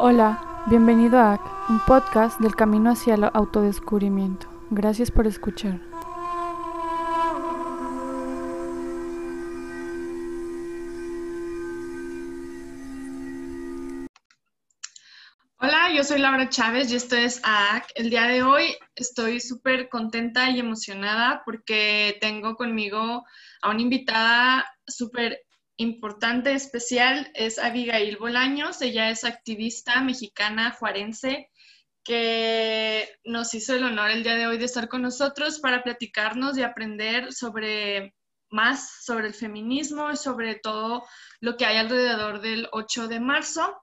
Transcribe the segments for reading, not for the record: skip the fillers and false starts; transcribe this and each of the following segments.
Hola, bienvenido a AC, un podcast del camino hacia el autodescubrimiento. Gracias por escuchar. Hola, yo soy Laura Chávez y esto es AAC. El día de hoy estoy súper contenta y emocionada porque tengo conmigo a una invitada súper importante, especial. Es Abigail Bolaños. Ella es activista mexicana juarense que nos hizo el honor el día de hoy de estar con nosotros para platicarnos y aprender más sobre el feminismo y sobre todo lo que hay alrededor del 8 de marzo.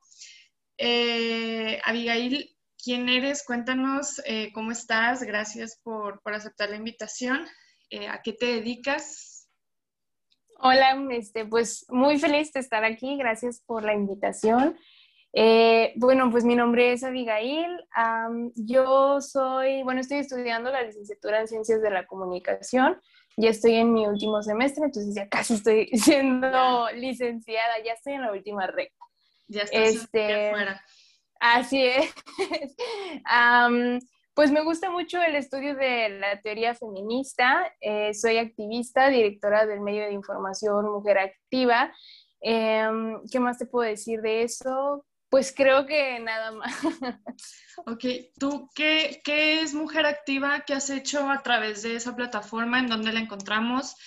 Abigail, ¿quién eres? Cuéntanos cómo estás. Gracias por aceptar la invitación. ¿A qué te dedicas? Hola, pues muy feliz de estar aquí. Gracias por la invitación. Bueno, pues mi nombre es Abigail. Estoy estudiando la licenciatura en Ciencias de la Comunicación. Ya estoy en mi último semestre, entonces ya casi estoy siendo licenciada. Ya estoy en la última recta. Ya estás aquí Este, afuera. Así es. Am, pues me gusta mucho el estudio de la teoría feminista. Soy activista, directora del medio de información Mujer Activa. ¿Qué más te puedo decir de eso? Pues creo que nada más. Ok, ¿tú qué es Mujer Activa? ¿Qué has hecho a través de esa plataforma? ¿En dónde la encontramos?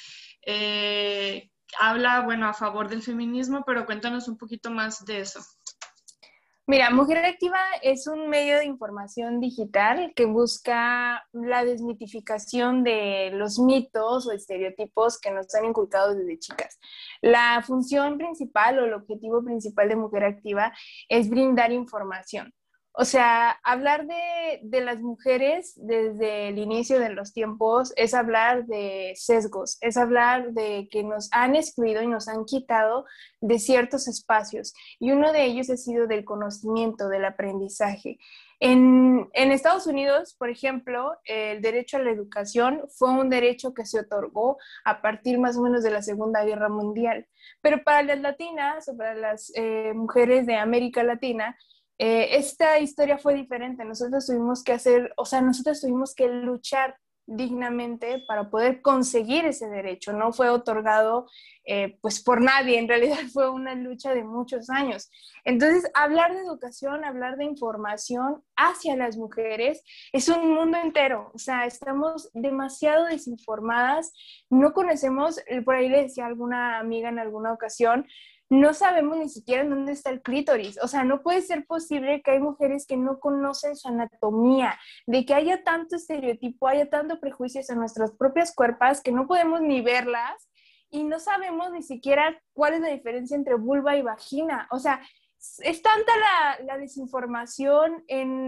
Habla, bueno, a favor del feminismo, pero cuéntanos un poquito más de eso. Mira, Mujer Activa es un medio de información digital que busca la desmitificación de los mitos o estereotipos que nos han inculcado desde chicas. La función principal o el objetivo principal de Mujer Activa es brindar información. O sea, hablar de las mujeres desde el inicio de los tiempos es hablar de sesgos, es hablar de que nos han excluido y nos han quitado de ciertos espacios y uno de ellos ha sido del conocimiento, del aprendizaje. En Estados Unidos, por ejemplo, el derecho a la educación fue un derecho que se otorgó a partir más o menos de la Segunda Guerra Mundial, pero para las latinas o para las mujeres de América Latina, esta historia fue diferente. Nosotros tuvimos que nosotros tuvimos que luchar dignamente para poder conseguir ese derecho. No fue otorgado pues por nadie, en realidad fue una lucha de muchos años. Entonces, hablar de educación, hablar de información hacia las mujeres es un mundo entero. O sea, estamos demasiado desinformadas, no conocemos, por ahí le decía a alguna amiga en alguna ocasión, no sabemos ni siquiera en dónde está el clítoris. O sea, no puede ser posible que hay mujeres que no conocen su anatomía, de que haya tanto estereotipo, haya tanto prejuicios en nuestras propias cuerpos que no podemos ni verlas y no sabemos ni siquiera cuál es la diferencia entre vulva y vagina. O sea, es tanta la desinformación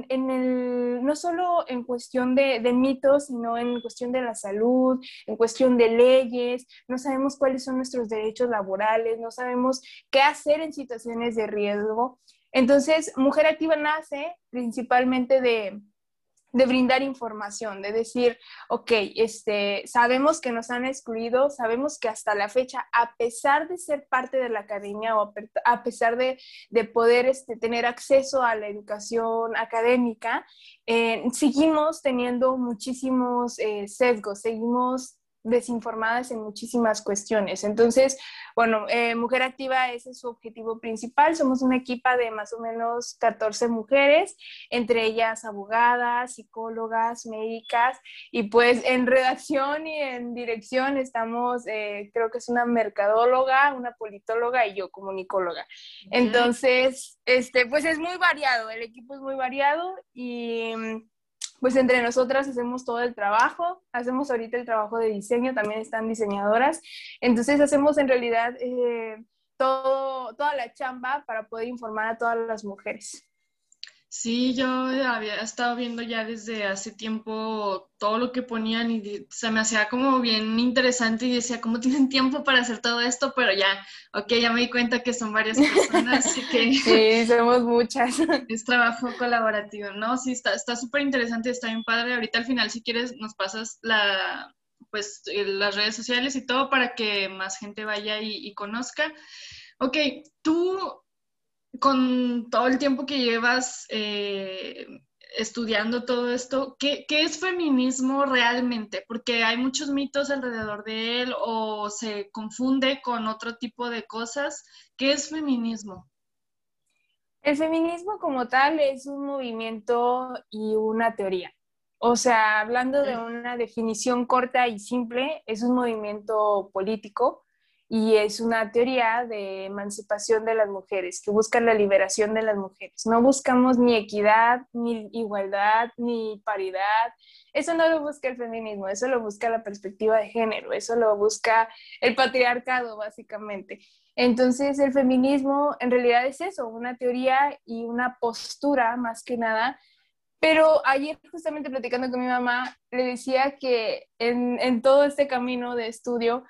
no solo en cuestión de mitos, sino en cuestión de la salud, en cuestión de leyes, no sabemos cuáles son nuestros derechos laborales, no sabemos qué hacer en situaciones de riesgo. Entonces, Mujer Activa nace principalmente de brindar información, de decir, ok, sabemos que nos han excluido, sabemos que hasta la fecha, a pesar de ser parte de la academia o a pesar de poder tener acceso a la educación académica, seguimos teniendo muchísimos sesgos, seguimos desinformadas en muchísimas cuestiones. Entonces, bueno, Mujer Activa, ese es su objetivo principal. Somos una equipa de más o menos 14 mujeres, entre ellas abogadas, psicólogas, médicas, y pues en redacción y en dirección estamos, creo que es una mercadóloga, una politóloga y yo comunicóloga. Entonces, pues es muy variado, el equipo es muy variado y pues entre nosotras hacemos todo el trabajo, hacemos ahorita el trabajo de diseño, también están diseñadoras, entonces hacemos en realidad toda la chamba para poder informar a todas las mujeres. Sí, yo había estado viendo ya desde hace tiempo todo lo que ponían y se me hacía como bien interesante y decía, ¿cómo tienen tiempo para hacer todo esto? Pero ya, ok, ya me di cuenta que son varias personas y que Sí, somos muchas. es trabajo colaborativo, ¿no? Sí, está súper interesante, está bien padre. Ahorita al final, si quieres, nos pasas las redes sociales y todo para que más gente vaya y conozca. Ok, tú con todo el tiempo que llevas estudiando todo esto, ¿qué es feminismo realmente? Porque hay muchos mitos alrededor de él o se confunde con otro tipo de cosas. ¿Qué es feminismo? El feminismo como tal es un movimiento y una teoría. O sea, hablando de una definición corta y simple, es un movimiento político y es una teoría de emancipación de las mujeres, que busca la liberación de las mujeres. No buscamos ni equidad, ni igualdad, ni paridad. Eso no lo busca el feminismo, eso lo busca la perspectiva de género, eso lo busca el patriarcado, básicamente. Entonces, el feminismo en realidad es eso, una teoría y una postura más que nada. Pero ayer justamente platicando con mi mamá, le decía que en todo este camino de estudio,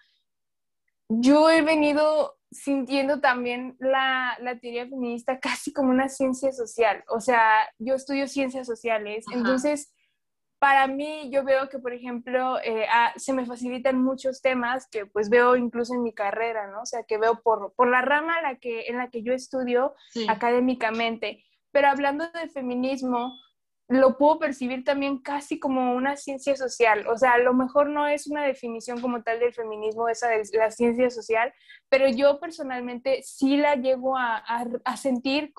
yo he venido sintiendo también la teoría feminista casi como una ciencia social. O sea, yo estudio ciencias sociales, Ajá. entonces para mí yo veo que, por ejemplo, se me facilitan muchos temas que pues veo incluso en mi carrera, ¿no? O sea, que veo por la rama en la que yo estudio Sí. académicamente. Pero hablando de feminismo, lo puedo percibir también casi como una ciencia social. O sea, a lo mejor no es una definición como tal del feminismo, esa de la ciencia social, pero yo personalmente sí la llego a sentir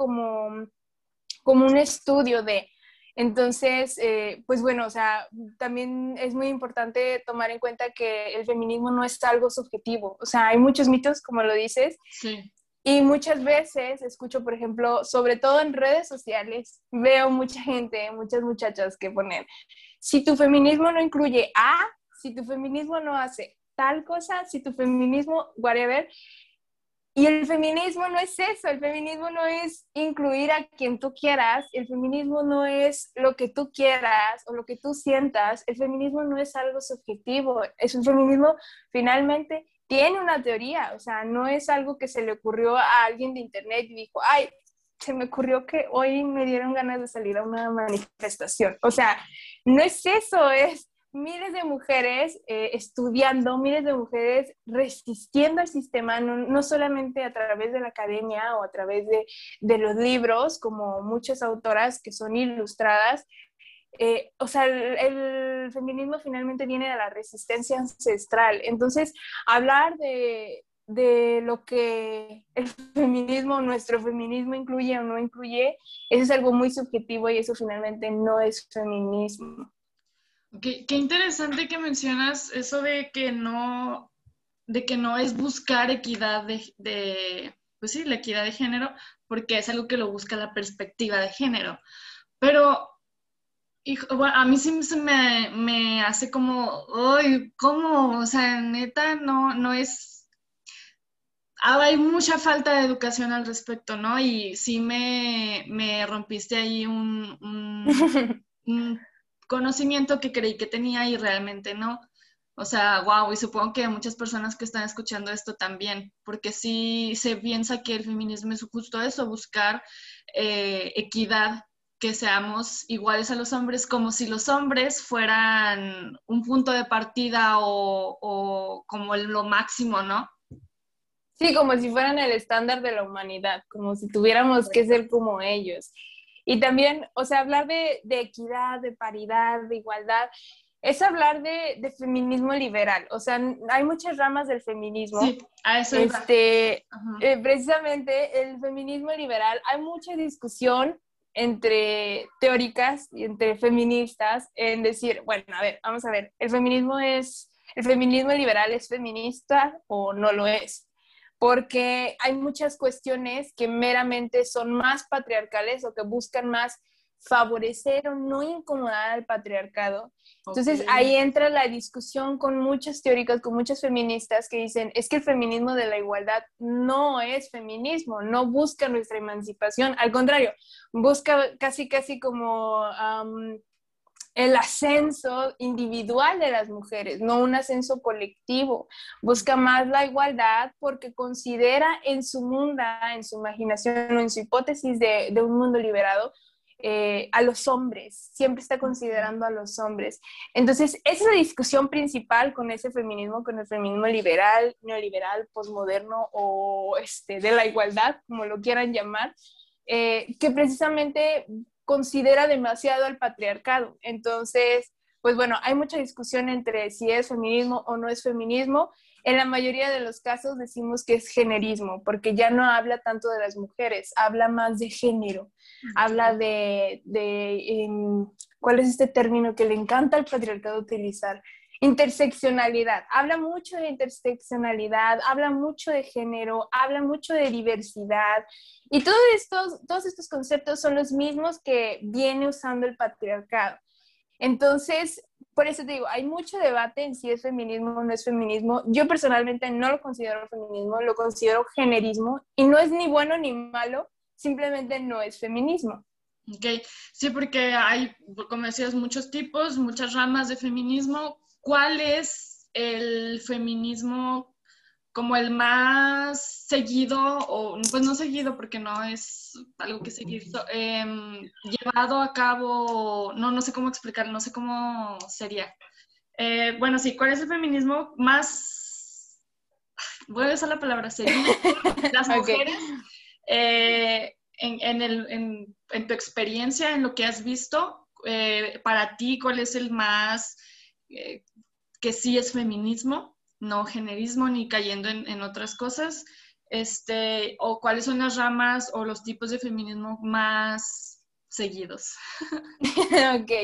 como un estudio de. Entonces, pues bueno, o sea, también es muy importante tomar en cuenta que el feminismo no es algo subjetivo. O sea, hay muchos mitos, como lo dices, Sí. y muchas veces escucho, por ejemplo, sobre todo en redes sociales, veo mucha gente, muchas muchachas que ponen, si tu feminismo no incluye A, si tu feminismo no hace tal cosa, si tu feminismo, whatever, y el feminismo no es eso, el feminismo no es incluir a quien tú quieras, el feminismo no es lo que tú quieras o lo que tú sientas, el feminismo no es algo subjetivo, es un feminismo finalmente tiene una teoría, o sea, no es algo que se le ocurrió a alguien de internet y dijo, ay, se me ocurrió que hoy me dieron ganas de salir a una manifestación. O sea, no es eso, es miles de mujeres estudiando, miles de mujeres resistiendo al sistema, no solamente a través de la academia o a través de los libros, como muchas autoras que son ilustradas. O sea, el feminismo finalmente viene de la resistencia ancestral. Entonces, hablar de lo que el feminismo, nuestro feminismo incluye o no incluye, eso es algo muy subjetivo y eso finalmente no es feminismo. Qué interesante que mencionas eso de que no es buscar equidad pues sí, la equidad de género, porque es algo que lo busca la perspectiva de género. Pero hijo, bueno, a mí sí me hace como, ¡ay! ¿Cómo? O sea, neta, no es. Hay mucha falta de educación al respecto, ¿no? Y sí me rompiste ahí un conocimiento que creí que tenía y realmente no. O sea, wow, y supongo que muchas personas que están escuchando esto también, porque sí se piensa que el feminismo es justo eso, buscar equidad, que seamos iguales a los hombres, como si los hombres fueran un punto de partida o como lo máximo, ¿no? Sí, como si fueran el estándar de la humanidad, como si tuviéramos que ser como ellos. Y también, o sea, hablar de equidad, de paridad, de igualdad, es hablar de feminismo liberal. O sea, hay muchas ramas del feminismo. Sí, a eso iba. Ajá. Precisamente el feminismo liberal, hay mucha discusión entre teóricas y entre feministas en decir, bueno, a ver, vamos a ver, el feminismo liberal es feminista o no lo es, porque hay muchas cuestiones que meramente son más patriarcales o que buscan más favorecer o no incomodar al patriarcado. Ok. Entonces ahí entra la discusión con muchas teóricas, con muchas feministas que dicen, es que el feminismo de la igualdad no es feminismo, no busca nuestra emancipación, al contrario, busca casi, casi como el ascenso individual de las mujeres, no un ascenso colectivo. Busca más la igualdad porque considera en su mundo, en su imaginación o en su hipótesis de un mundo liberado, a los hombres, siempre está considerando a los hombres. Entonces, esa es la discusión principal con ese feminismo, con el feminismo liberal, neoliberal, posmoderno o de la igualdad, como lo quieran llamar, que precisamente considera demasiado al patriarcado. Entonces, pues bueno, hay mucha discusión entre si es feminismo o no es feminismo. En la mayoría de los casos decimos que es generismo, porque ya no habla tanto de las mujeres, habla más de género, habla ¿cuál es este término que le encanta al patriarcado utilizar? Interseccionalidad. Habla mucho de interseccionalidad, habla mucho de género, habla mucho de diversidad. Y todos estos conceptos son los mismos que viene usando el patriarcado. Entonces, por eso te digo, hay mucho debate en si es feminismo o no es feminismo. Yo personalmente no lo considero feminismo, lo considero generismo y no es ni bueno ni malo, simplemente no es feminismo. Ok, sí, porque hay, como decías, muchos tipos, muchas ramas de feminismo. ¿Cuál es el feminismo como el más seguido, o pues no seguido porque no es algo que seguir, llevado a cabo, no sé cómo explicar, no sé cómo sería? Bueno, sí, ¿cuál es el feminismo más, voy a usar la palabra seguido, las mujeres? Okay. En tu experiencia, en lo que has visto, para ti, ¿cuál es el más que sí es feminismo? No generismo ni cayendo en otras cosas, o cuáles son las ramas o los tipos de feminismo más seguidos. Ok,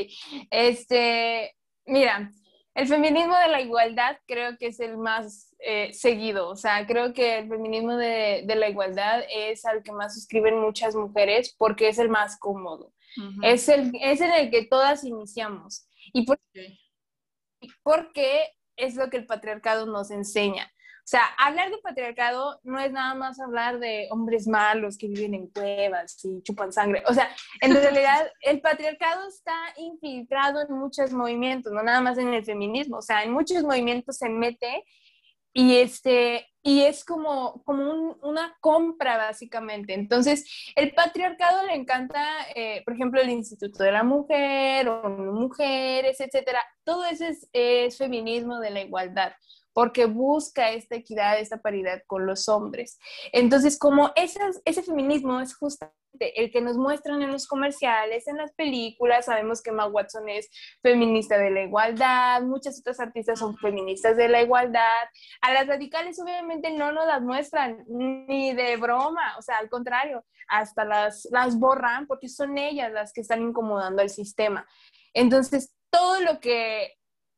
mira, el feminismo de la igualdad creo que es el más seguido, o sea, creo que el feminismo de la igualdad es al que más suscriben muchas mujeres porque es el más cómodo, es en el que todas iniciamos y porque es lo que el patriarcado nos enseña. O sea, hablar de patriarcado no es nada más hablar de hombres malos que viven en cuevas y chupan sangre. O sea, en realidad el patriarcado está infiltrado en muchos movimientos, no nada más en el feminismo. O sea, en muchos movimientos se mete y es como una compra básicamente. Entonces, el patriarcado le encanta, por ejemplo, el Instituto de la Mujer o mujeres, etcétera. Todo eso es feminismo de la igualdad, porque busca esta equidad, esta paridad con los hombres. Entonces, como ese feminismo es justamente el que nos muestran en los comerciales, en las películas, sabemos que Emma Watson es feminista de la igualdad, muchas otras artistas son feministas de la igualdad. A las radicales obviamente no nos las muestran ni de broma, o sea, al contrario, hasta las borran porque son ellas las que están incomodando al sistema. Entonces, todo lo que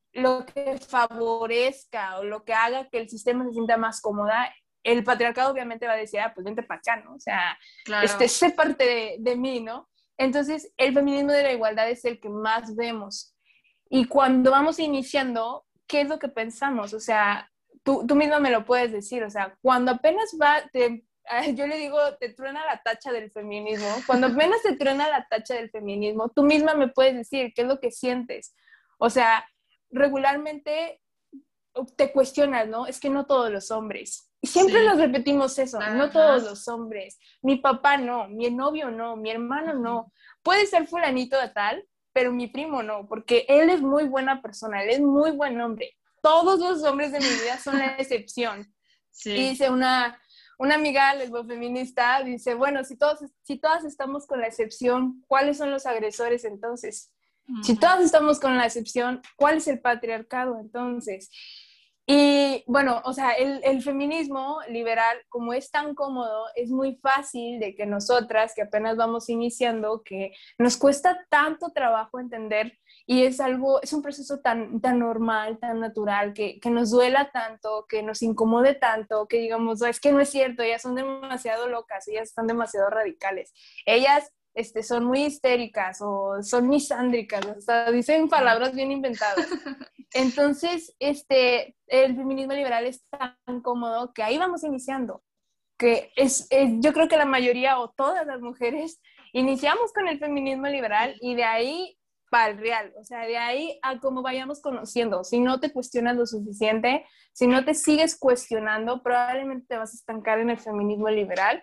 favorezca o lo que haga que el sistema se sienta más cómoda, el patriarcado obviamente va a decir, pues vente para acá, ¿no? O sea, claro. Sé parte de mí, ¿no? Entonces, el feminismo de la igualdad es el que más vemos. Y cuando vamos iniciando, ¿qué es lo que pensamos? O sea, tú misma me lo puedes decir, o sea, cuando apenas yo le digo, te truena la tacha del feminismo, cuando apenas te truena la tacha del feminismo, tú misma me puedes decir qué es lo que sientes. O sea, regularmente te cuestionas, ¿no? Es que no todos los hombres. Y siempre nos repetimos eso, no todos los hombres. Mi papá no, mi novio no, mi hermano no. Puede ser fulanito de tal, pero mi primo no, porque él es muy buena persona, él es muy buen hombre. Todos los hombres de mi vida son la excepción. Sí. Y dice una amiga lesbofeminista, dice, bueno, si todas estamos con la excepción, ¿cuáles son los agresores entonces? Si todas estamos con la excepción, ¿cuál es el patriarcado entonces? Y bueno, o sea, el feminismo liberal, como es tan cómodo, es muy fácil de que nosotras, que apenas vamos iniciando, que nos cuesta tanto trabajo entender y es un proceso tan normal, tan natural, que nos duela tanto, que nos incomode tanto, que digamos, es que no es cierto, ellas son demasiado locas, ellas están demasiado radicales. Ellas son muy histéricas o son misándricas, o sea, dicen palabras bien inventadas. Entonces, el feminismo liberal es tan cómodo que ahí vamos iniciando, que yo creo que la mayoría o todas las mujeres iniciamos con el feminismo liberal y de ahí para el real, o sea, de ahí a cómo vayamos conociendo. Si no te cuestionas lo suficiente, si no te sigues cuestionando, probablemente te vas a estancar en el feminismo liberal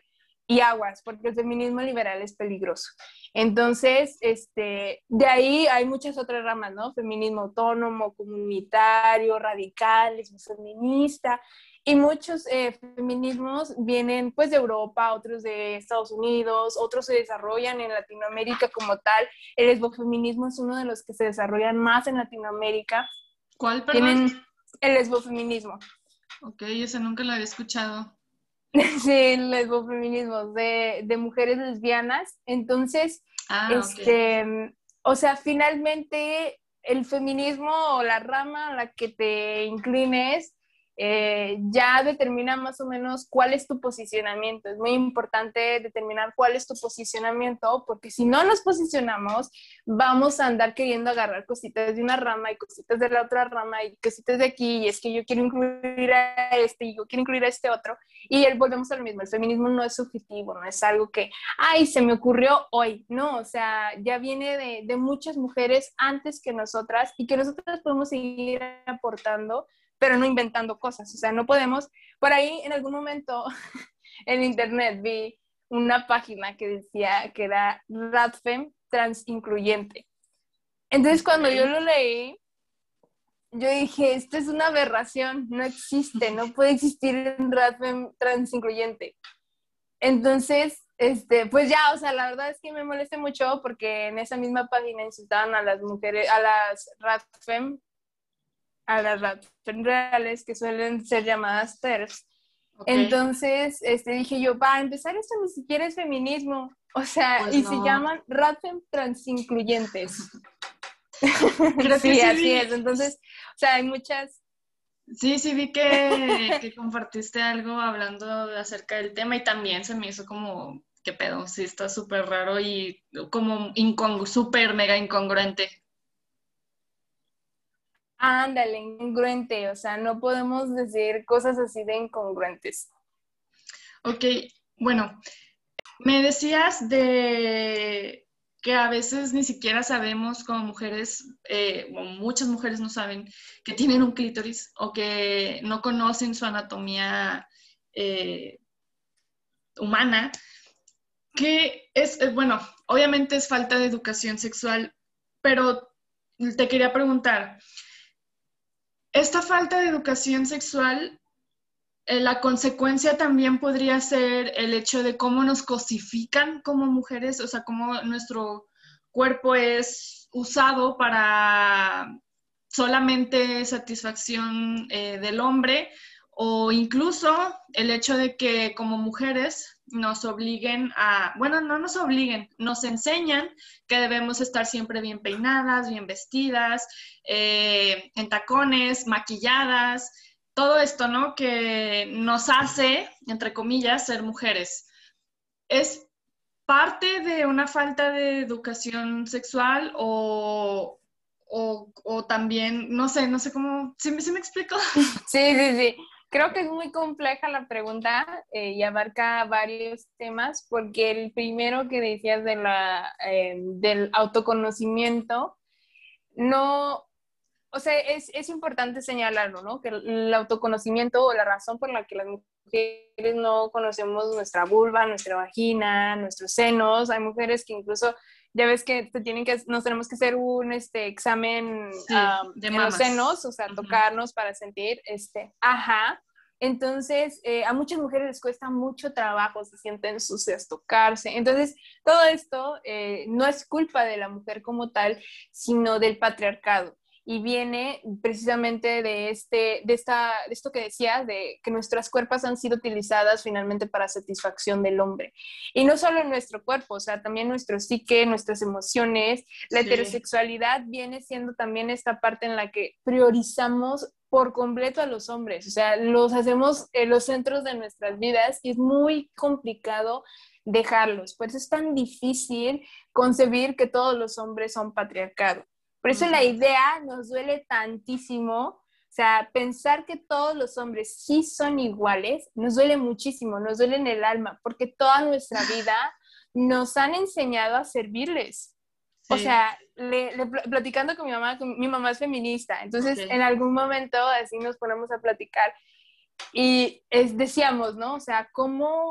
y aguas, porque el feminismo liberal es peligroso. Entonces, de ahí hay muchas otras ramas, ¿no? Feminismo autónomo, comunitario, radical, feminista, y muchos feminismos vienen pues de Europa, otros de Estados Unidos, otros se desarrollan en Latinoamérica como tal. El lesbofeminismo es uno de los que se desarrollan más en Latinoamérica. ¿Cuál, perdón? Tienen el lesbofeminismo. Ok, ese nunca lo había escuchado. Sí, el lesbofeminismo de mujeres lesbianas. Entonces, Ok. o sea, finalmente el feminismo o la rama a la que te inclines ya determina más o menos cuál es tu posicionamiento. Es muy importante determinar cuál es tu posicionamiento, porque si no nos posicionamos, vamos a andar queriendo agarrar cositas de una rama y cositas de la otra rama y cositas de aquí, y es que yo quiero incluir a este y yo quiero incluir a este otro, y volvemos a lo mismo. El feminismo no es subjetivo, no es algo que, ay, se me ocurrió hoy, no, o sea, ya viene de muchas mujeres antes que nosotras y que nosotras podemos seguir aportando, pero no inventando cosas. O sea, no podemos. Por ahí en algún momento en internet vi una página que decía que era Radfem transincluyente. Entonces cuando yo lo leí, yo dije, esto es una aberración, no existe, no puede existir un Radfem transincluyente. Entonces, pues ya, o sea, la verdad es que me molesté mucho porque en esa misma página insultaban a las mujeres, a las Radfem reales, que suelen ser llamadas TERFs. Okay. Entonces, dije yo, para empezar, esto ni siquiera es feminismo. O sea, pues y no. se llaman Radfem transincluyentes. Creo que sí, así vi. es. Entonces, o sea, hay muchas. Sí, vi que compartiste algo hablando acerca del tema y también se me hizo como, qué pedo, sí, está súper raro y como súper mega incongruente. Ándale, incongruente, o sea, no podemos decir cosas así de incongruentes. Ok, bueno, me decías de que a veces ni siquiera sabemos como mujeres, o muchas mujeres no saben que tienen un clítoris o que no conocen su anatomía humana, que bueno, obviamente es falta de educación sexual, pero te quería preguntar, ¿esta falta de educación sexual, la consecuencia también podría ser el hecho de cómo nos cosifican como mujeres, o sea, cómo nuestro cuerpo es usado para solamente satisfacción del hombre, o incluso el hecho de que como mujeres nos obliguen a, bueno, no nos obliguen, nos enseñan que debemos estar siempre bien peinadas, bien vestidas, en tacones, maquilladas, todo esto, ¿no? Que nos hace, entre comillas, ser mujeres. ¿Es parte de una falta de educación sexual o también, no sé cómo, ¿sí me explico? Sí. Creo que es muy compleja la pregunta y abarca varios temas, porque el primero que decías del autoconocimiento, no, o sea, es importante señalarlo, ¿no? Que el autoconocimiento o la razón por la que las mujeres no conocemos nuestra vulva, nuestra vagina, nuestros senos, hay mujeres que incluso, ya ves que nos tenemos que hacer un examen Sí, de en los mamas. senos, o sea, tocarnos para sentir, ajá. Entonces, a muchas mujeres les cuesta mucho trabajo, se sienten sucias, tocarse. Entonces, todo esto no es culpa de la mujer como tal, sino del patriarcado. Y viene precisamente de esto que decías, de que nuestras cuerpos han sido utilizadas finalmente para satisfacción del hombre. Y no solo nuestro cuerpo, o sea, también nuestro psique, nuestras emociones. La heterosexualidad viene siendo también esta parte en la que priorizamos por completo a los hombres, o sea, los hacemos los centros de nuestras vidas y es muy complicado dejarlos. Por eso es tan difícil concebir que todos los hombres son patriarcado. Por eso la idea nos duele tantísimo, o sea, pensar que todos los hombres sí son iguales, nos duele muchísimo, nos duele en el alma, porque toda nuestra vida nos han enseñado a servirles. Sí. O sea, platicando con mi mamá es feminista, entonces en algún momento así nos ponemos a platicar y decíamos, ¿no? O sea, ¿cómo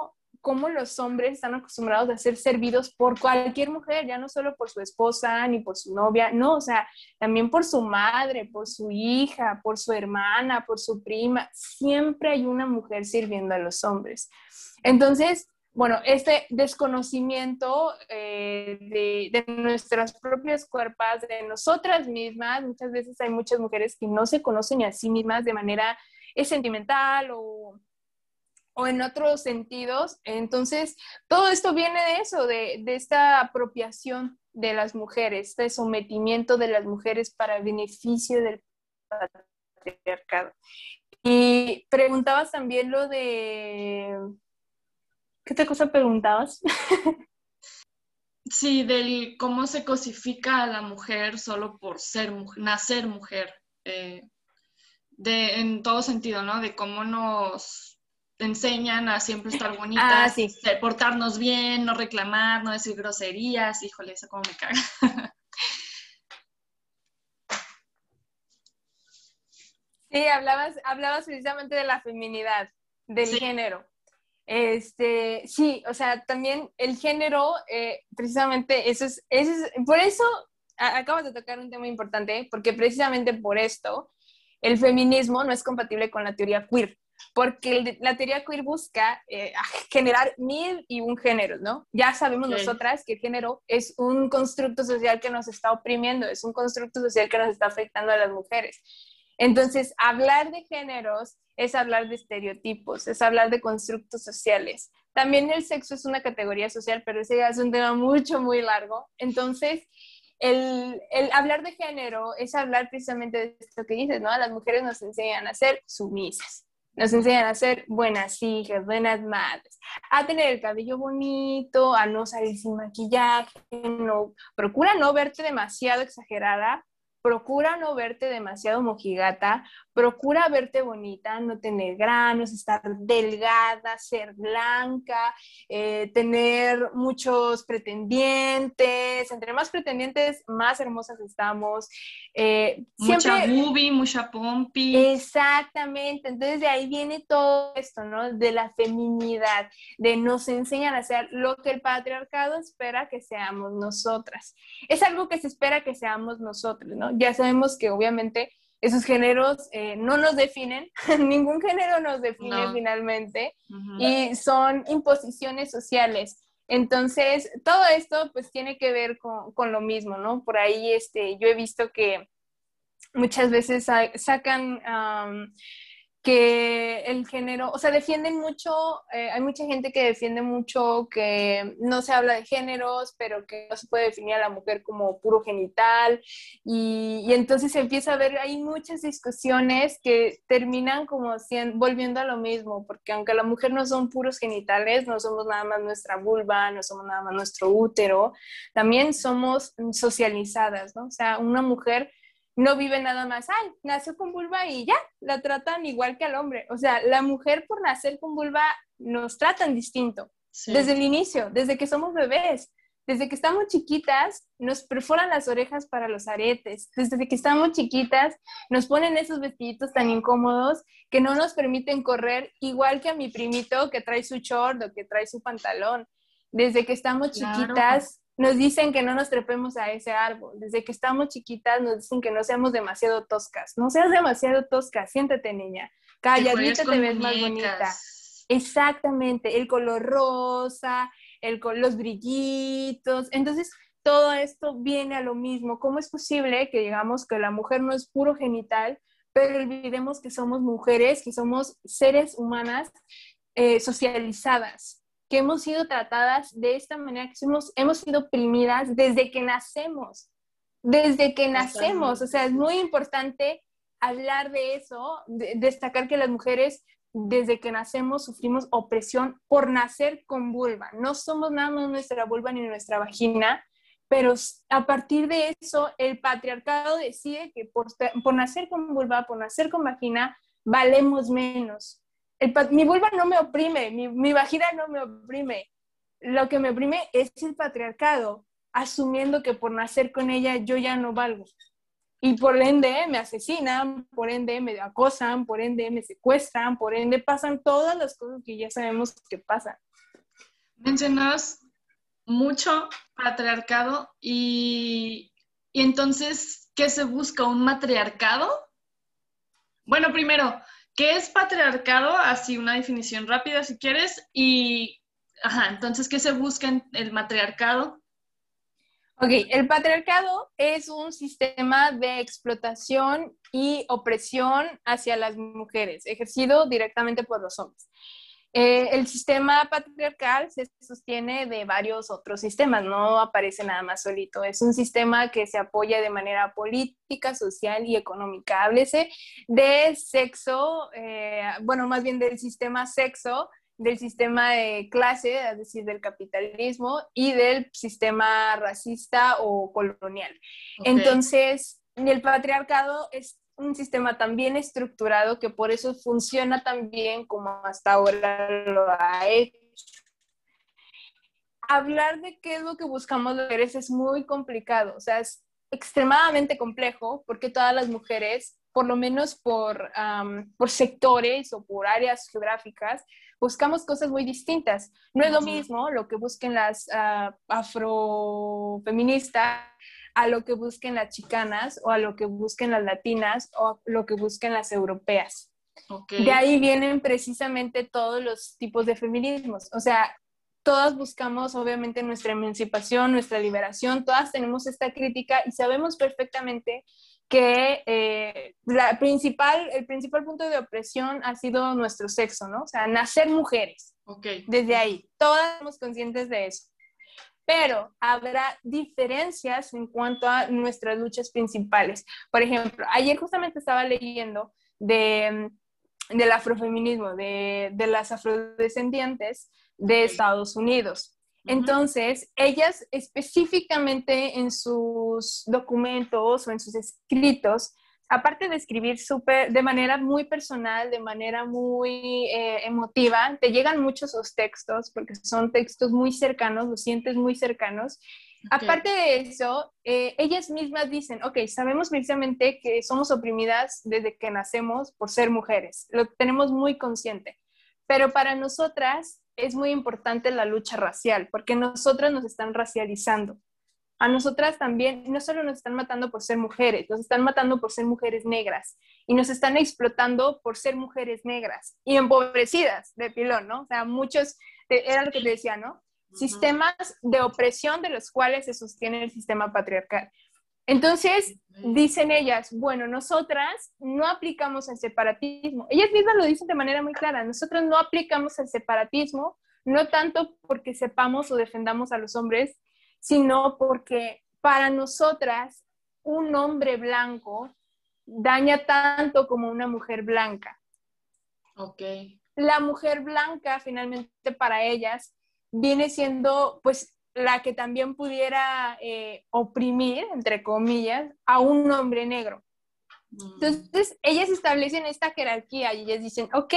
cómo los hombres están acostumbrados a ser servidos por cualquier mujer, ya no solo por su esposa ni por su novia, no, o sea, también por su madre, por su hija, por su hermana, por su prima. Siempre hay una mujer sirviendo a los hombres. Entonces, bueno, este desconocimiento de nuestras propias cuerpos, de nosotras mismas, muchas veces hay muchas mujeres que no se conocen a sí mismas de manera sentimental o en otros sentidos. Entonces, todo esto viene de eso, de esta apropiación de las mujeres, este sometimiento de las mujeres para beneficio del patriarcado. Y preguntabas también lo de... ¿Qué otra cosa preguntabas? Sí, del cómo se cosifica a la mujer solo por ser nacer mujer, en todo sentido, ¿no? De cómo nos enseñan a siempre estar bonitas, Sí. portarnos bien, no reclamar, no decir groserías. Híjole, eso cómo me caga. Sí, hablabas precisamente de la feminidad, del género. Sí, o sea, también el género, precisamente por eso acabas de tocar un tema importante, porque precisamente por esto el feminismo no es compatible con la teoría queer, porque la teoría queer busca generar 1001 géneros, ¿no? Ya sabemos nosotras que el género es un constructo social que nos está oprimiendo, es un constructo social que nos está afectando a las mujeres. Entonces, hablar de géneros es hablar de estereotipos, es hablar de constructos sociales. También el sexo es una categoría social, pero ese ya es un tema muy largo. Entonces, el hablar de género es hablar precisamente de esto que dices, ¿no? A las mujeres nos enseñan a ser sumisas, nos enseñan a ser buenas hijas, buenas madres, a tener el cabello bonito, a no salir sin maquillaje, procura no verte demasiado exagerada, procura no verte demasiado mojigata, procura verte bonita, no tener granos, estar delgada, ser blanca, tener muchos pretendientes. Entre más pretendientes, más hermosas estamos. Mucha boobie, mucha pompi. Exactamente. Entonces de ahí viene todo esto, ¿no? De la feminidad, de nos enseñan a hacer lo que el patriarcado espera que seamos nosotras. Es algo que se espera que seamos nosotros, ¿no? Ya sabemos que obviamente esos géneros no nos definen, ningún género nos define finalmente, y son imposiciones sociales. Entonces, todo esto pues tiene que ver con lo mismo, ¿no? Por ahí yo he visto que muchas veces sacan que el género, o sea, defienden mucho, hay mucha gente que defiende mucho que no se habla de géneros, pero que no se puede definir a la mujer como puro genital, y entonces se empieza a ver, hay muchas discusiones que terminan como volviendo a lo mismo, porque aunque la mujer no son puros genitales, no somos nada más nuestra vulva, no somos nada más nuestro útero, también somos socializadas, ¿no? O sea, una mujer no vive nada más, nació con vulva y ya, la tratan igual que al hombre. O sea, la mujer por nacer con vulva nos tratan distinto. Sí. Desde el inicio, desde que somos bebés, desde que estamos chiquitas, nos perforan las orejas para los aretes. Desde que estamos chiquitas, nos ponen esos vestiditos tan incómodos que no nos permiten correr, igual que a mi primito que trae su short o que trae su pantalón. Desde que estamos chiquitas, nos dicen que no nos trepemos a ese árbol. Desde que estamos chiquitas nos dicen que no seamos demasiado toscas. No seas demasiado tosca, siéntate, niña. Calladita te ves más bonita. Exactamente, el color rosa, los brillitos. Entonces, todo esto viene a lo mismo. ¿Cómo es posible que digamos que la mujer no es puro genital, pero olvidemos que somos mujeres, que somos seres humanas socializadas, que hemos sido tratadas de esta manera, que hemos sido oprimidas desde que nacemos, o sea, es muy importante hablar de eso, destacar que las mujeres desde que nacemos sufrimos opresión por nacer con vulva, no somos nada más nuestra vulva ni nuestra vagina, pero a partir de eso el patriarcado decide que por nacer con vulva, por nacer con vagina, valemos menos. Mi vulva no me oprime, mi vagina no me oprime. Lo que me oprime es el patriarcado, asumiendo que por nacer con ella yo ya no valgo. Y por ende me asesinan, por ende me acosan, por ende me secuestran, por ende pasan todas las cosas que ya sabemos que pasan. Mencionabas mucho patriarcado y entonces, ¿qué se busca? ¿Un matriarcado? Bueno, primero, ¿qué es patriarcado? Así una definición rápida si quieres. Y, ajá, entonces, ¿qué se busca en el matriarcado? Ok, el patriarcado es un sistema de explotación y opresión hacia las mujeres, ejercido directamente por los hombres. El sistema patriarcal se sostiene de varios otros sistemas, no aparece nada más solito. Es un sistema que se apoya de manera política, social y económica. Háblese de sexo, bueno, más bien del sistema sexo, del sistema de clase, es decir, del capitalismo y del sistema racista o colonial. Ok, Entonces, el patriarcado es un sistema tan bien estructurado que por eso funciona tan bien como hasta ahora lo ha hecho. Hablar de qué es lo que buscamos las mujeres es muy complicado, o sea, es extremadamente complejo porque todas las mujeres, por lo menos por sectores o por áreas geográficas, buscamos cosas muy distintas. No es lo mismo lo que busquen las afrofeministas a lo que busquen las chicanas o a lo que busquen las latinas o a lo que busquen las europeas. ok, De ahí vienen precisamente todos los tipos de feminismos. O sea, todas buscamos obviamente nuestra emancipación, nuestra liberación, todas tenemos esta crítica y sabemos perfectamente que el principal punto de opresión ha sido nuestro sexo, ¿no? O sea, nacer mujeres. ok. Desde ahí, todas somos conscientes de eso. Pero habrá diferencias en cuanto a nuestras luchas principales. Por ejemplo, ayer justamente estaba leyendo del afrofeminismo, de las afrodescendientes de Estados Unidos. Entonces, ellas específicamente en sus documentos o en sus escritos, aparte de escribir de manera muy personal, de manera muy emotiva, te llegan muchos los textos porque son textos muy cercanos, los sientes muy cercanos. Okay. Aparte de eso, ellas mismas dicen, ok, sabemos precisamente que somos oprimidas desde que nacemos por ser mujeres, lo tenemos muy consciente, pero para nosotras es muy importante la lucha racial, porque nosotras nos están racializando. A nosotras también, no solo nos están matando por ser mujeres, nos están matando por ser mujeres negras y nos están explotando por ser mujeres negras y empobrecidas de pilón, ¿no? O sea, muchos, era lo que te decía, ¿no? Sistemas de opresión de los cuales se sostiene el sistema patriarcal. Entonces, dicen ellas, bueno, nosotras no aplicamos el separatismo. Ellas mismas lo dicen de manera muy clara, nosotros no aplicamos el separatismo, no tanto porque sepamos o defendamos a los hombres, sino porque para nosotras un hombre blanco daña tanto como una mujer blanca. Ok. La mujer blanca, finalmente, para ellas, viene siendo, pues, la que también pudiera oprimir, entre comillas, a un hombre negro. Entonces, ellas establecen esta jerarquía y ellas dicen, ok,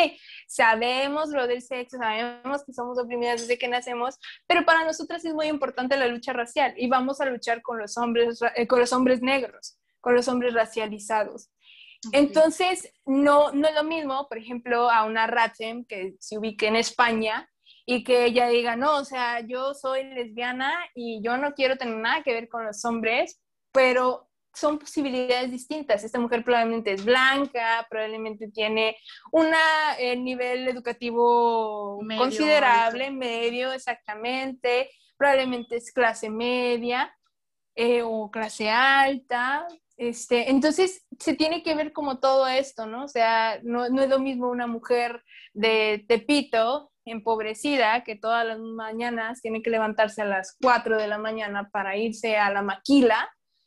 sabemos lo del sexo, sabemos que somos oprimidas desde que nacemos, pero para nosotras es muy importante la lucha racial y vamos a luchar con los hombres negros, con los hombres racializados. Okay. Entonces, no es lo mismo, por ejemplo, a una Ratzem que se ubique en España y que ella diga, no, o sea, yo soy lesbiana y yo no quiero tener nada que ver con los hombres, pero son posibilidades distintas. Esta mujer probablemente es blanca, probablemente tiene un nivel educativo medio, considerable, medio, exactamente, probablemente es clase media o clase alta. Entonces, se tiene que ver como todo esto, ¿no? O sea, no es lo mismo una mujer de Tepito, empobrecida, que todas las mañanas tiene que levantarse a las 4 de la mañana para irse a la maquila,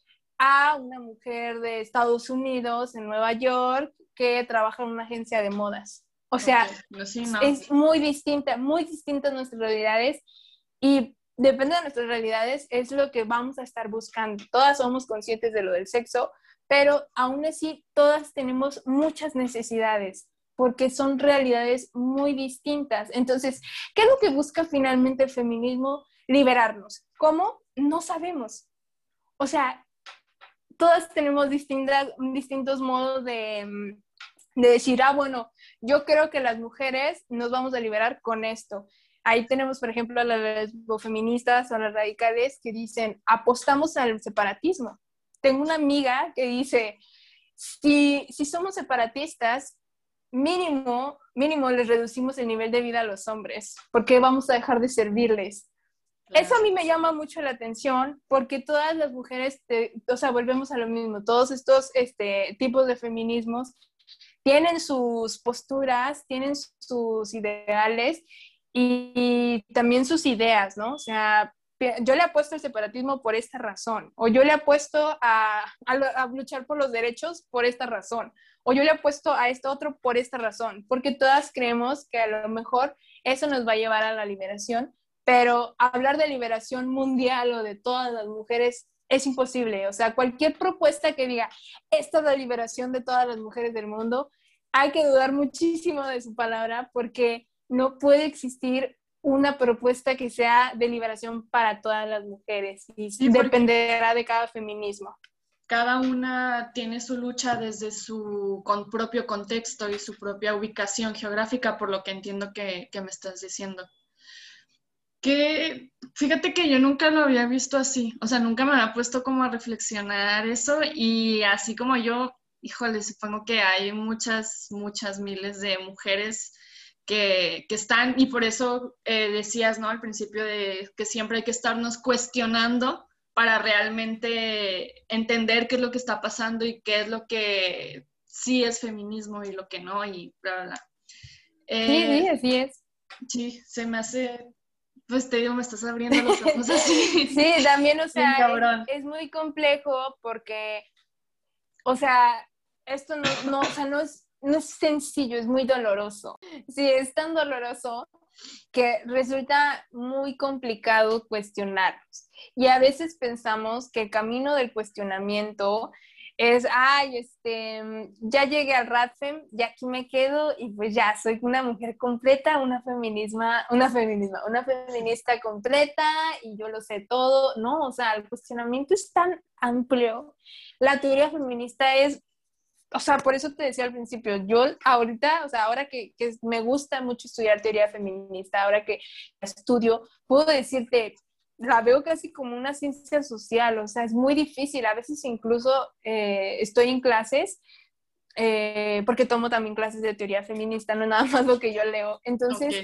a una mujer de Estados Unidos, en Nueva York, que trabaja en una agencia de modas. O sea, es muy distintas nuestras realidades y depende de nuestras realidades, es lo que vamos a estar buscando. Todas somos conscientes de lo del sexo, pero aún así todas tenemos muchas necesidades porque son realidades muy distintas. Entonces, ¿qué es lo que busca finalmente el feminismo? Liberarnos. ¿Cómo? No sabemos. O sea, todas tenemos distintos modos de decir, bueno, yo creo que las mujeres nos vamos a liberar con esto. Ahí tenemos, por ejemplo, a las lesbofeministas o a las radicales que dicen, apostamos al separatismo. Tengo una amiga que dice, si somos separatistas, mínimo les reducimos el nivel de vida a los hombres, porque vamos a dejar de servirles. Claro. Eso a mí me llama mucho la atención porque todas las mujeres, o sea, volvemos a lo mismo, todos estos tipos de feminismos tienen sus posturas, tienen sus ideales y también sus ideas, ¿no? O sea, yo le apuesto al separatismo por esta razón, o yo le apuesto a luchar por los derechos por esta razón, o yo le apuesto a esto otro por esta razón, porque todas creemos que a lo mejor eso nos va a llevar a la liberación, pero hablar de liberación mundial o de todas las mujeres es imposible. O sea, cualquier propuesta que diga, esta es la liberación de todas las mujeres del mundo, hay que dudar muchísimo de su palabra porque no puede existir una propuesta que sea de liberación para todas las mujeres y sí, dependerá de cada feminismo. Cada una tiene su lucha desde su propio contexto y su propia ubicación geográfica, por lo que entiendo que me estás diciendo. Que fíjate que yo nunca lo había visto así, o sea, nunca me había puesto como a reflexionar eso y así como yo, híjole, supongo que hay muchas miles de mujeres que están, y por eso decías, ¿no? Al principio de que siempre hay que estarnos cuestionando para realmente entender qué es lo que está pasando y qué es lo que sí es feminismo y lo que no, y bla, bla, bla. Sí, así es. Sí, se me hace... Pues te digo, me estás abriendo los ojos así. Sí, también, o sea, es muy complejo porque, o sea, esto o sea, no es sencillo, es muy doloroso. Sí, es tan doloroso que resulta muy complicado cuestionarnos. Y a veces pensamos que el camino del cuestionamiento es, ya llegué al RADFEM, ya aquí me quedo y pues ya soy una mujer completa, una feminista completa y yo lo sé todo. No, o sea, el cuestionamiento es tan amplio. La teoría feminista es, o sea, por eso te decía al principio, yo ahorita, o sea, ahora que me gusta mucho estudiar teoría feminista, ahora que estudio, puedo decirte, la veo casi como una ciencia social, o sea, es muy difícil, a veces incluso estoy en clases, porque tomo también clases de teoría feminista, no nada más lo que yo leo, entonces,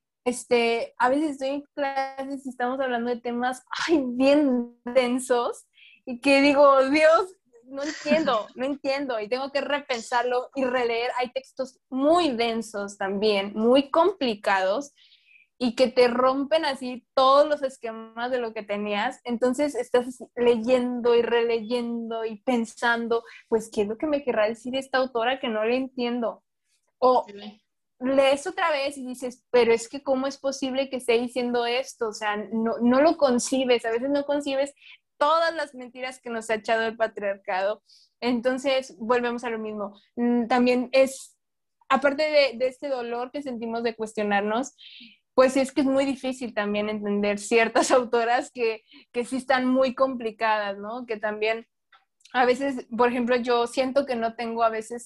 a veces estoy en clases y estamos hablando de temas, ay, bien densos, y que digo, Dios, no entiendo, y tengo que repensarlo y releer. Hay textos muy densos también, muy complicados, y que te rompen así todos los esquemas de lo que tenías. Entonces estás leyendo y releyendo y pensando, pues, ¿qué es lo que me querrá decir esta autora que no le entiendo? O lees otra vez y dices, pero es que ¿cómo es posible que esté diciendo esto? O sea, no lo concibes, a veces no concibes todas las mentiras que nos ha echado el patriarcado. Entonces, volvemos a lo mismo. También es, aparte de este dolor que sentimos de cuestionarnos, pues es que es muy difícil también entender ciertas autoras que sí están muy complicadas, ¿no? Que también a veces, por ejemplo, yo siento que no tengo a veces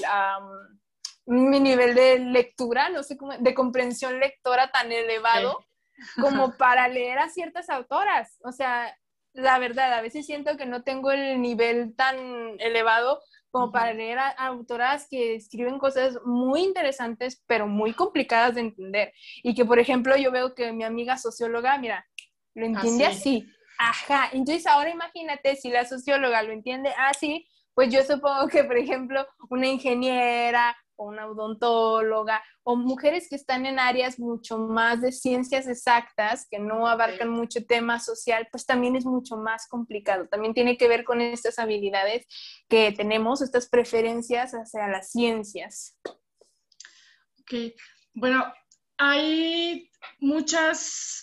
mi nivel de lectura, no sé cómo, de comprensión lectora tan elevado como para leer a ciertas autoras. O sea, la verdad, a veces siento que no tengo el nivel tan elevado como para leer a autoras que escriben cosas muy interesantes, pero muy complicadas de entender. Y que, por ejemplo, yo veo que mi amiga socióloga, mira, lo entiende así. Ajá, entonces ahora imagínate si la socióloga lo entiende así, pues yo supongo que, por ejemplo, una ingeniera o una odontóloga o mujeres que están en áreas mucho más de ciencias exactas, que no abarcan mucho tema social, pues también es mucho más complicado. También tiene que ver con estas habilidades que tenemos, estas preferencias hacia las ciencias. Ok, bueno, hay muchas...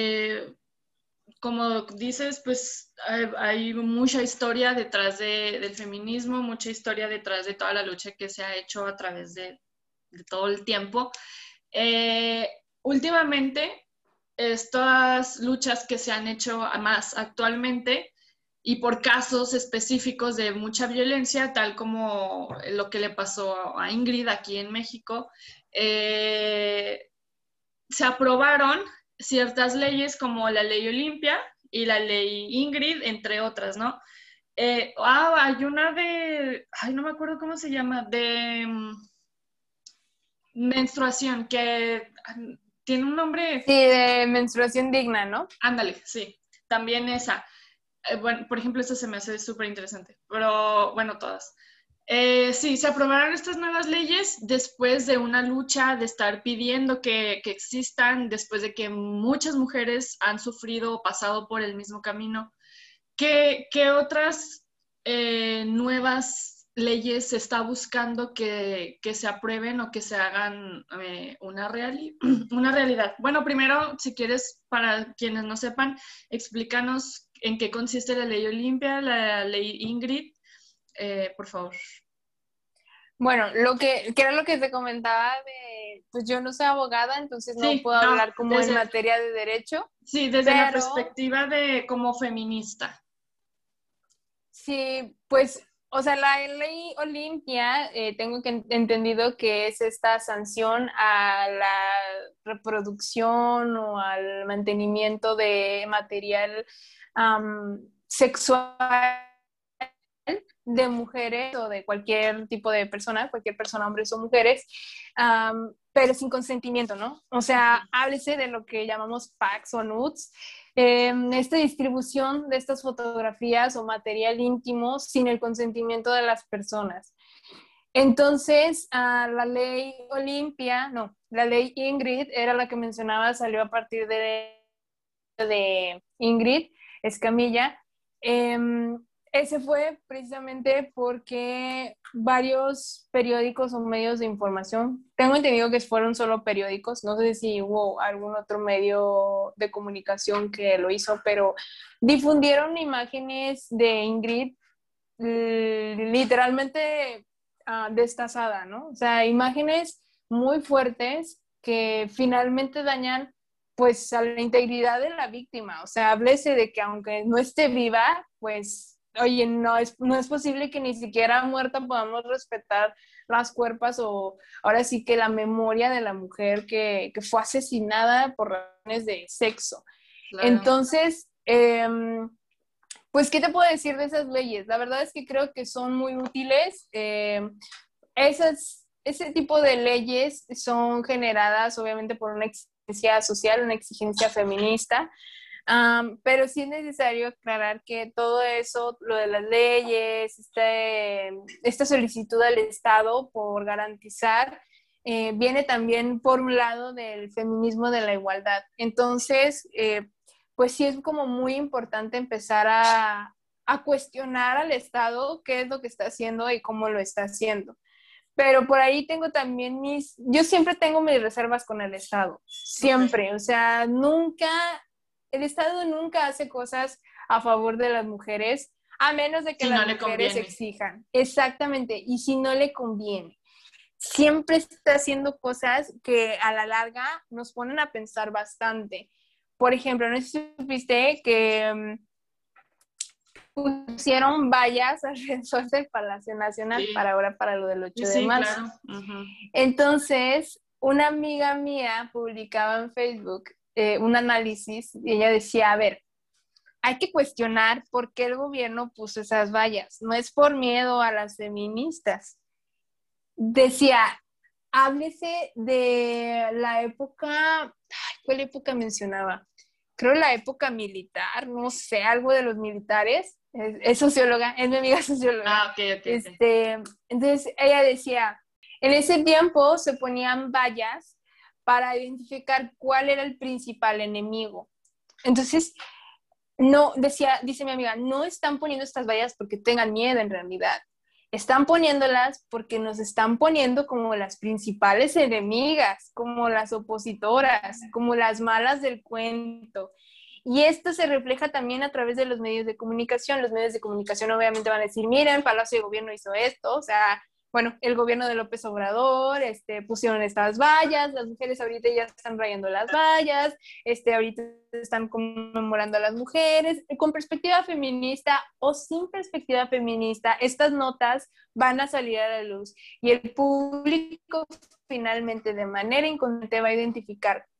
como dices, pues hay mucha historia detrás del feminismo, mucha historia detrás de toda la lucha que se ha hecho a través de todo el tiempo. Últimamente, estas luchas que se han hecho más actualmente y por casos específicos de mucha violencia, tal como lo que le pasó a Ingrid aquí en México, se aprobaron ciertas leyes como la ley Olimpia y la ley Ingrid, entre otras, ¿no? Hay una no me acuerdo cómo se llama, de menstruación, que tiene un nombre. Sí, de menstruación digna, ¿no? Ándale, sí, también esa. Bueno, por ejemplo, esta se me hace súper interesante, pero bueno, todas. Sí, se aprobaron estas nuevas leyes después de una lucha de estar pidiendo que existan, después de que muchas mujeres han sufrido o pasado por el mismo camino. ¿Qué otras nuevas leyes se está buscando que se aprueben o que se hagan una realidad? Bueno, primero, si quieres, para quienes no sepan, explícanos en qué consiste la ley Olimpia, la ley Ingrid, por favor. Bueno, que era lo que te comentaba pues yo no soy abogada, entonces no Sí, puedo hablar como en materia de derecho. Sí, desde la perspectiva de como feminista. Sí, pues, o sea, la ley Olimpia, tengo entendido que es esta sanción a la reproducción o al mantenimiento de material sexual de mujeres o de cualquier tipo de persona, cualquier persona, hombres o mujeres, pero sin consentimiento, ¿no? O sea, háblese de lo que llamamos packs o nudes, esta distribución de estas fotografías o material íntimo sin el consentimiento de las personas. Entonces, la ley Olimpia, no, la ley Ingrid era la que mencionaba, salió a partir de Ingrid Escamilla. Ese fue precisamente porque varios periódicos o medios de información, tengo entendido que fueron solo periódicos, no sé si hubo algún otro medio de comunicación que lo hizo, pero difundieron imágenes de Ingrid literalmente destazada, ¿no? O sea, imágenes muy fuertes que finalmente dañan pues a la integridad de la víctima. O sea, háblese de que aunque no esté viva, pues oye, no es posible que ni siquiera muerta podamos respetar las cuerpos o ahora sí que la memoria de la mujer que fue asesinada por razones de sexo. Claro. Entonces, pues, ¿qué te puedo decir de esas leyes? La verdad es que creo que son muy útiles. Ese tipo de leyes son generadas obviamente por una exigencia social, una exigencia feminista. Pero sí es necesario aclarar que todo eso, lo de las leyes, esta solicitud al Estado por garantizar, viene también por un lado del feminismo de la igualdad. Entonces, pues sí es como muy importante empezar a cuestionar al Estado qué es lo que está haciendo y cómo lo está haciendo. Pero por ahí tengo también yo siempre tengo mis reservas con el Estado, siempre, okay. O sea, el Estado nunca hace cosas a favor de las mujeres, a menos de que las mujeres exijan. Exactamente, y si no le conviene. Siempre está haciendo cosas que a la larga nos ponen a pensar bastante. Por ejemplo, no sé si supiste que pusieron vallas alrededor del Palacio Nacional, sí. para lo del 8 de marzo. Claro. Uh-huh. Entonces, una amiga mía publicaba en Facebook un análisis y ella decía, a ver, hay que cuestionar por qué el gobierno puso esas vallas. No es por miedo a las feministas. Decía, háblese de la época, ¿cuál época mencionaba? Creo la época militar, no sé, algo de los militares. Es socióloga, es mi amiga socióloga. Okay. Entonces ella decía, en ese tiempo se ponían vallas para identificar cuál era el principal enemigo. Entonces, dice mi amiga, no están poniendo estas vallas porque tengan miedo en realidad. Están poniéndolas porque nos están poniendo como las principales enemigas, como las opositoras, como las malas del cuento. Y esto se refleja también a través de los medios de comunicación. Los medios de comunicación obviamente van a decir, miren, Palacio de Gobierno hizo esto, o sea, bueno, el gobierno de López Obrador, pusieron estas vallas, las mujeres ahorita ya están rayando las vallas, ahorita están conmemorando a las mujeres. Con perspectiva feminista o sin perspectiva feminista, estas notas van a salir a la luz y el público finalmente de manera inconsciente va a identificar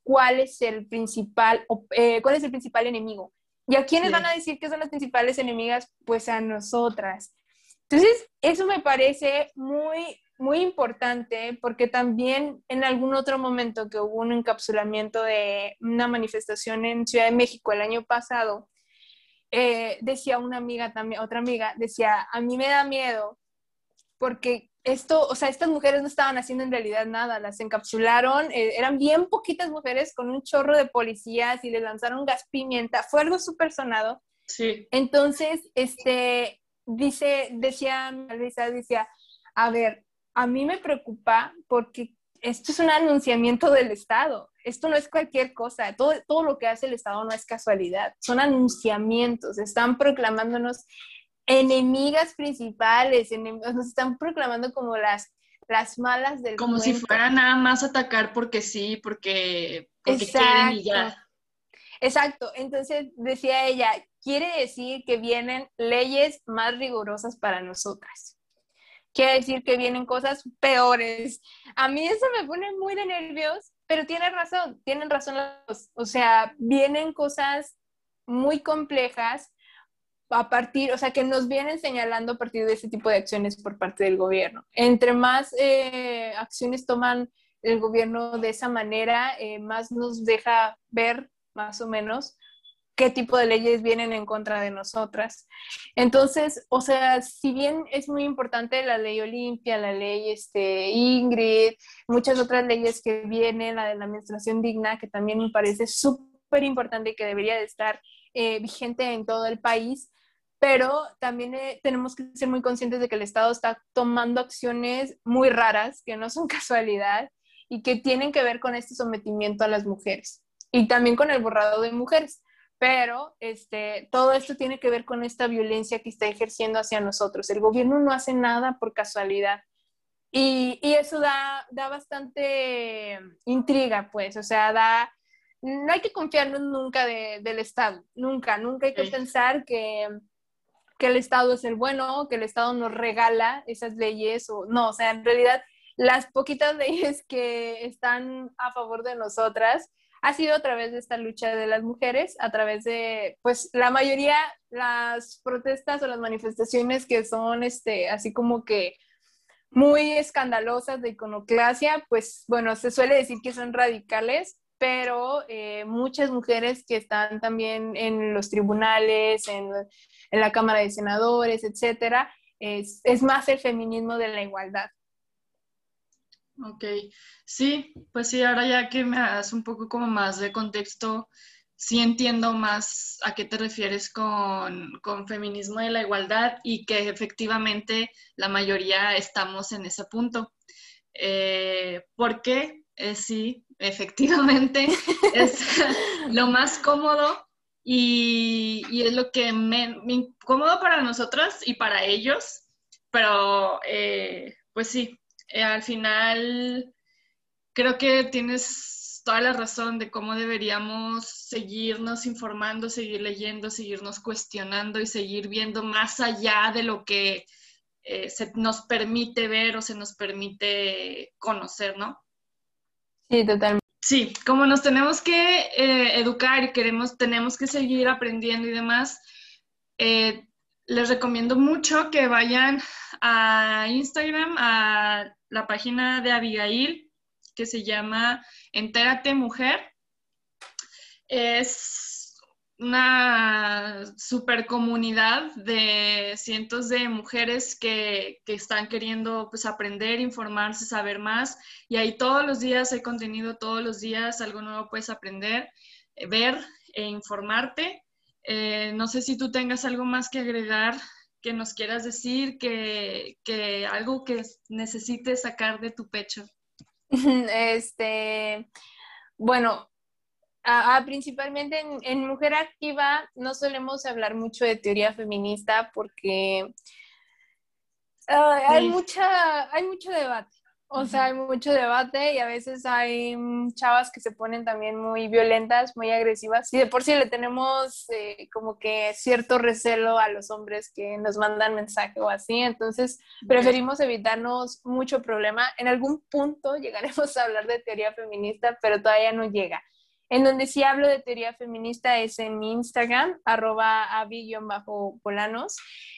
cuál es el principal enemigo. ¿Y a quiénes van a decir que son las principales enemigas? Pues a nosotras. Entonces, eso me parece muy, muy importante porque también en algún otro momento que hubo un encapsulamiento de una manifestación en Ciudad de México el año pasado, decía una amiga también, otra amiga, decía, a mí me da miedo porque estas mujeres no estaban haciendo en realidad nada, las encapsularon, eran bien poquitas mujeres con un chorro de policías y le lanzaron gas pimienta, fue algo súper sonado. Sí. Entonces, decía, a ver, a mí me preocupa porque esto es un anunciamiento del Estado, esto no es cualquier cosa, todo lo que hace el Estado no es casualidad, son anunciamientos, están proclamándonos enemigas principales, nos están proclamando como las malas del Como cuento. si fuera nada más atacar porque sí, porque quieren y ya. Exacto, entonces decía ella, quiere decir que vienen leyes más rigurosas para nosotras. Quiere decir que vienen cosas peores. A mí eso me pone muy de nervios, pero tienen razón o sea, vienen cosas muy complejas que nos vienen señalando a partir de ese tipo de acciones por parte del gobierno. Entre más acciones toman el gobierno de esa manera, más nos deja ver más o menos qué tipo de leyes vienen en contra de nosotras. Entonces, o sea, si bien es muy importante la ley Olimpia, la ley Ingrid, muchas otras leyes que vienen, la de la menstruación digna, que también me parece súper importante y que debería de estar vigente en todo el país, pero también tenemos que ser muy conscientes de que el Estado está tomando acciones muy raras, que no son casualidad y que tienen que ver con este sometimiento a las mujeres y también con el borrado de mujeres. Pero todo esto tiene que ver con esta violencia que está ejerciendo hacia nosotros. El gobierno no hace nada por casualidad. Y eso da bastante intriga, pues. O sea, no hay que confiarnos nunca del Estado. Nunca hay que pensar que el Estado es el bueno, que el Estado nos regala esas leyes. O sea, en realidad, las poquitas leyes que están a favor de nosotras ha sido a través de esta lucha de las mujeres, a través de, pues, la mayoría, las protestas o las manifestaciones que son, así como que muy escandalosas de iconoclasia, pues, bueno, se suele decir que son radicales, pero muchas mujeres que están también en los tribunales, en la Cámara de Senadores, etcétera, es más el feminismo de la igualdad. Ok, sí, pues sí, ahora ya que me das un poco como más de contexto, sí entiendo más a qué te refieres con feminismo de la igualdad y que efectivamente la mayoría estamos en ese punto. Porque sí, efectivamente es lo más cómodo y es lo que me incómodo para nosotras y para ellos, pero pues sí. Al final, creo que tienes toda la razón de cómo deberíamos seguirnos informando, seguir leyendo, seguirnos cuestionando y seguir viendo más allá de lo que se nos permite ver o se nos permite conocer, ¿no? Sí, totalmente. Sí, como nos tenemos que educar y tenemos que seguir aprendiendo y demás, les recomiendo mucho que vayan a Instagram, a la página de Abigail, que se llama Entérate Mujer. Es una super comunidad de cientos de mujeres que están queriendo pues aprender, informarse, saber más. Y ahí todos los días hay contenido, todos los días algo nuevo puedes aprender, ver e informarte. No sé si tú tengas algo más que agregar, que nos quieras decir, que algo que necesites sacar de tu pecho. Bueno, principalmente en Mujer Activa no solemos hablar mucho de teoría feminista porque hay mucho debate. O sea, hay mucho debate y a veces hay chavas que se ponen también muy violentas, muy agresivas. Y de por sí le tenemos como que cierto recelo a los hombres que nos mandan mensaje o así. Entonces, preferimos evitarnos mucho problema. En algún punto llegaremos a hablar de teoría feminista, pero todavía no llega. En donde sí hablo de teoría feminista es en mi Instagram, @avi_polanos.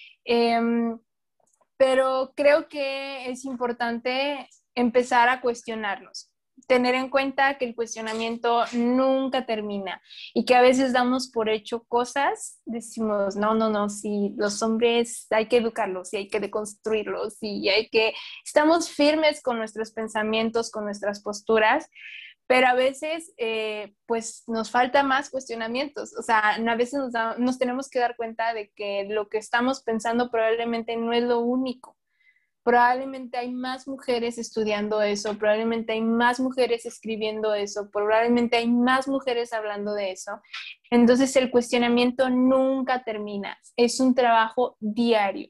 Pero creo que es importante empezar a cuestionarnos, tener en cuenta que el cuestionamiento nunca termina y que a veces damos por hecho cosas, decimos, no, si los hombres hay que educarlos y hay que deconstruirlos y estamos firmes con nuestros pensamientos, con nuestras posturas, pero a veces pues nos falta más cuestionamientos, o sea, a veces nos tenemos que dar cuenta de que lo que estamos pensando probablemente no es lo único. Probablemente hay más mujeres estudiando eso, probablemente hay más mujeres escribiendo eso, probablemente hay más mujeres hablando de eso. Entonces el cuestionamiento nunca termina, es un trabajo diario.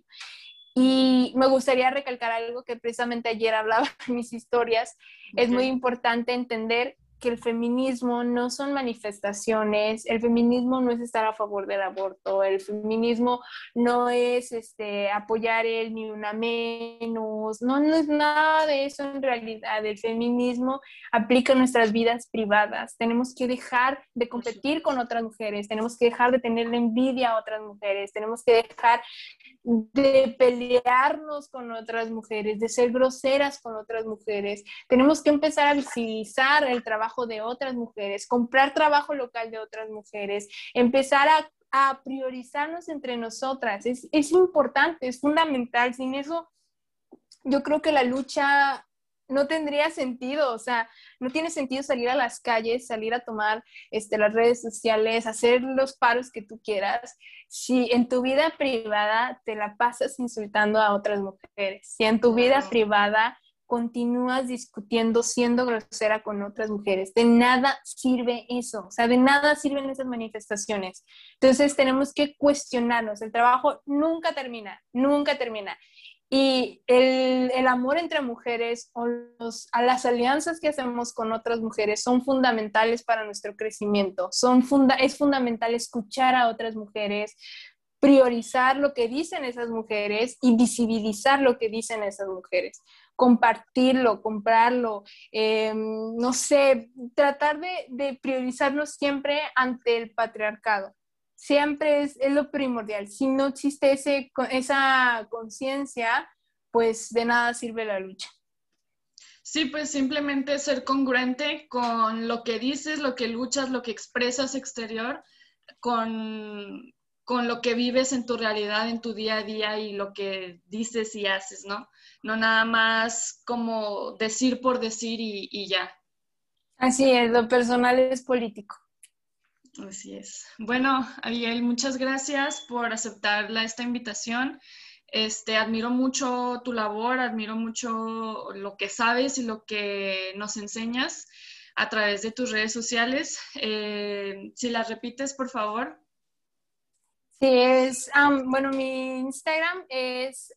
Y me gustaría recalcar algo que precisamente ayer hablaba en mis historias. Es muy importante entender que el feminismo no son manifestaciones, el feminismo no es estar a favor del aborto, el feminismo no es apoyar el ni una menos, no es nada de eso en realidad. El feminismo aplica en nuestras vidas privadas. Tenemos que dejar de competir con otras mujeres, tenemos que dejar de tenerle envidia a otras mujeres, tenemos que dejar de pelearnos con otras mujeres, de ser groseras con otras mujeres. Tenemos que empezar a visibilizar el trabajo de otras mujeres, comprar trabajo local de otras mujeres, empezar a priorizarnos entre nosotras. Es importante, es fundamental. Sin eso, yo creo que la lucha no tendría sentido, o sea, no tiene sentido salir a las calles, salir a tomar las redes sociales, hacer los paros que tú quieras, si en tu vida privada te la pasas insultando a otras mujeres, si en tu vida privada continúas discutiendo, siendo grosera con otras mujeres, de nada sirve eso, o sea, de nada sirven esas manifestaciones. Entonces tenemos que cuestionarnos, el trabajo nunca termina, nunca termina. Y el amor entre mujeres o a las alianzas que hacemos con otras mujeres son fundamentales para nuestro crecimiento. Es fundamental escuchar a otras mujeres, priorizar lo que dicen esas mujeres y visibilizar lo que dicen esas mujeres. Compartirlo, comprarlo, no sé, tratar de priorizarnos siempre ante el patriarcado. Siempre es lo primordial. Si no existe esa conciencia, pues de nada sirve la lucha. Sí, pues simplemente ser congruente con lo que dices, lo que luchas, lo que expresas exterior, con lo que vives en tu realidad, en tu día a día y lo que dices y haces, ¿no? No nada más como decir por decir y ya. Así es, lo personal es político. Así es. Bueno, Abigail, muchas gracias por aceptar esta invitación. Admiro mucho tu labor, admiro mucho lo que sabes y lo que nos enseñas a través de tus redes sociales. Si las repites, por favor. Sí, bueno, mi Instagram es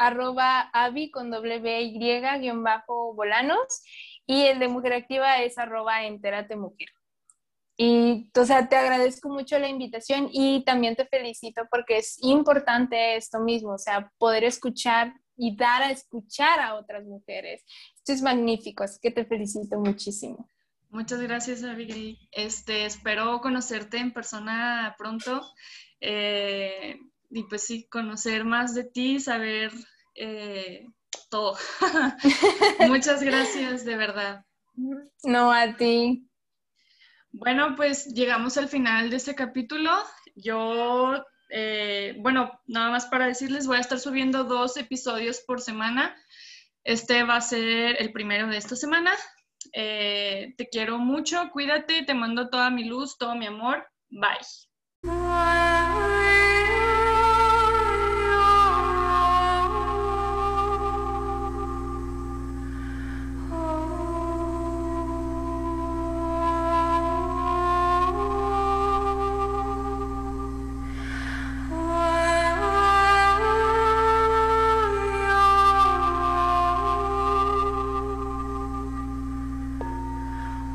@abi_bolanos y el de Mujer Activa es @enteratemujer. Y, o sea, te agradezco mucho la invitación y también te felicito porque es importante esto mismo, o sea, poder escuchar y dar a escuchar a otras mujeres. Esto es magnífico, así que te felicito muchísimo. Muchas gracias, Abigail. Espero conocerte en persona pronto y pues sí, conocer más de ti, saber todo. Muchas gracias, de verdad. No, a ti. Bueno, pues llegamos al final de este capítulo. Yo, bueno, nada más para decirles, voy a estar subiendo 2 episodios por semana. Este va a ser el primero de esta semana. Te quiero mucho, cuídate, te mando toda mi luz, todo mi amor. Bye.